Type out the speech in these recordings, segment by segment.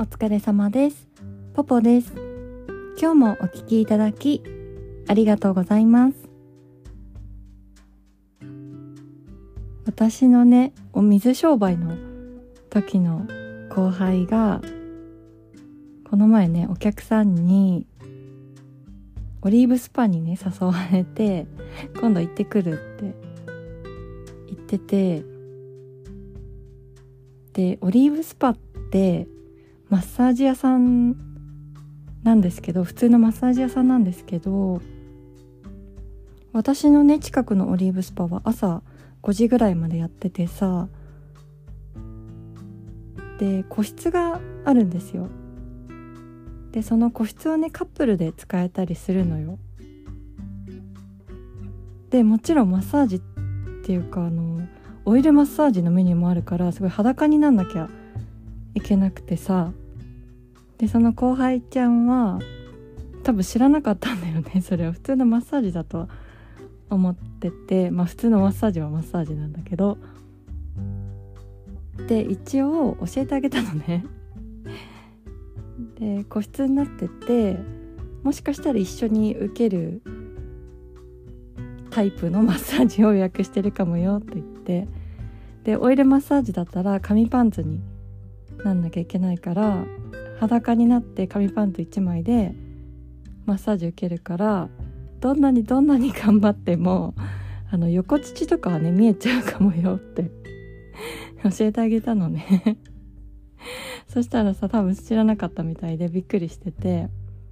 お疲れ様です。ポポです。今日もお聞きいただきありがとうございます。私のね、お水商売の時の後輩がこの前ね、お客さんにオリーブスパにね誘われて、今度行ってくるって言ってて、でオリーブスパってマッサージ屋さんなんですけど、普通のマッサージ屋さんなんですけど、私のね近くのオリーブスパは朝5時ぐらいまでやっててさ、で個室があるんですよ。でその個室をねカップルで使えたりするのよ。でもちろんマッサージっていうかオイルマッサージのメニューもあるから、すごい裸になんなきゃいけなくてさ、でその後輩ちゃんは多分知らなかったんだよね。それは普通のマッサージだと思ってて、まあ普通のマッサージはマッサージなんだけど、で一応教えてあげたのね。で個室になってて、もしかしたら一緒に受けるタイプのマッサージを予約してるかもよって言って、でオイルマッサージだったら紙パンツになんなきゃいけないから、裸になって紙パンツ1枚でマッサージ受けるから、どんなに頑張っても横乳とかはね見えちゃうかもよって教えてあげたのね。そしたらさ、多分知らなかったみたいでびっくりしてて、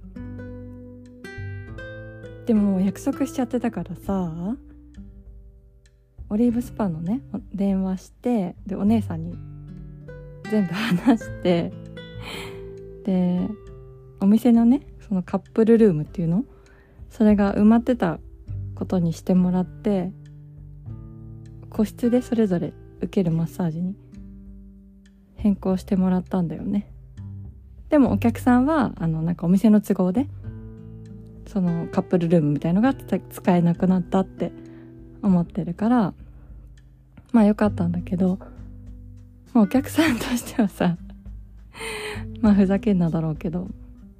でも約束しちゃってたからさ、オリーブスパのね電話して、でお姉さんに全部話して、でお店のねそのカップルルームっていうの、それが埋まってたことにしてもらって、個室でそれぞれ受けるマッサージに変更してもらったんだよね。でもお客さんはなんかお店の都合でそのカップルルームみたいのが使えなくなったって思ってるから、まあよかったんだけど、まあ、お客さんとしてはさまあふざけんなだろうけど、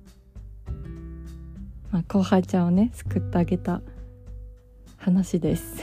まあ、後輩ちゃんをね救ってあげた話です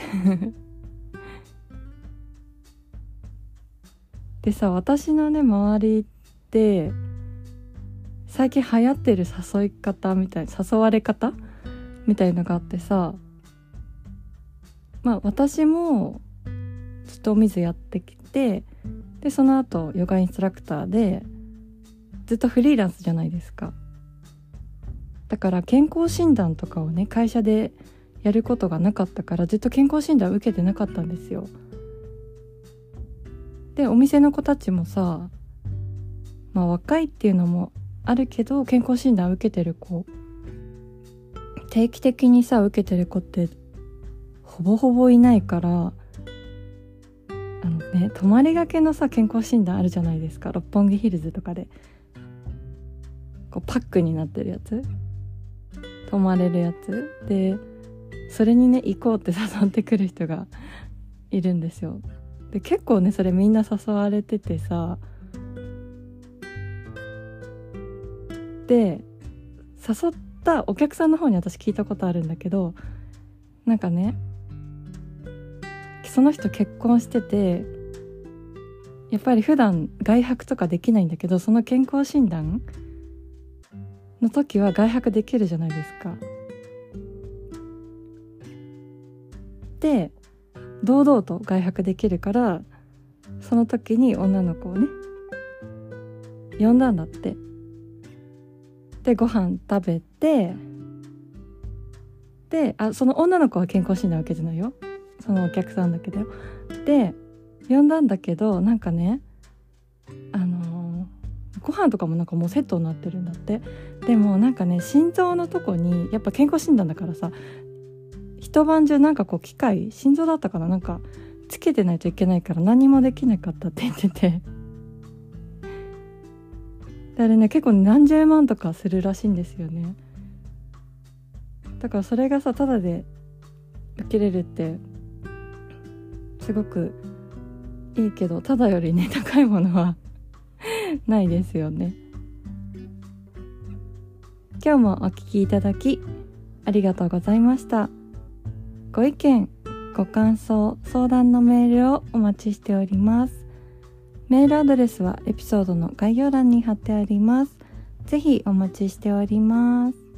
でさ、私のね周りって最近流行ってる誘い方みたい、誘われ方みたいのがあってさ、まあ私もずっとお水やってきて、でその後ヨガインストラクターでずっとフリーランスじゃないですか。だから健康診断とかをね会社でやることがなかったから、ずっと健康診断を受けてなかったんですよ。でお店の子たちもさ、まあ若いっていうのもあるけど、健康診断を受けてる子、定期的にさ受けてる子ってほぼほぼいないから、泊まりがけのさ健康診断あるじゃないですか。六本木ヒルズとかでこうパックになってるやつ、泊まれるやつで、それにね行こうって誘ってくる人がいるんですよ。で結構ねそれみんな誘われててさ、で誘ったお客さんの方に私聞いたことあるんだけど、なんかねその人結婚してて、やっぱり普段外泊とかできないんだけど、その健康診断の時は外泊できるじゃないですか。で堂々と外泊できるから、その時に女の子をね呼んだんだって。でご飯食べて、でその女の子は健康診断受けてないよ、そのお客さんだけだよ。で呼んだんだけど、なんかねご飯とかもなんかもうセットになってるんだって。でもなんかね心臓のとこに、やっぱ健康診断だからさ、一晩中なんかこう機械、心臓だったかな、なんかつけてないといけないから何もできなかったって言ってて、であれね結構何十万とかするらしいんですよね。だからそれがさタダで受けれるってすごくいいけど、タダよりね高いものはないですよね。 今日もお聞きいただきありがとうございました。ご意見、ご感想、相談のメールをお待ちしております。メールアドレスはエピソードの概要欄に貼ってあります。ぜひお待ちしております。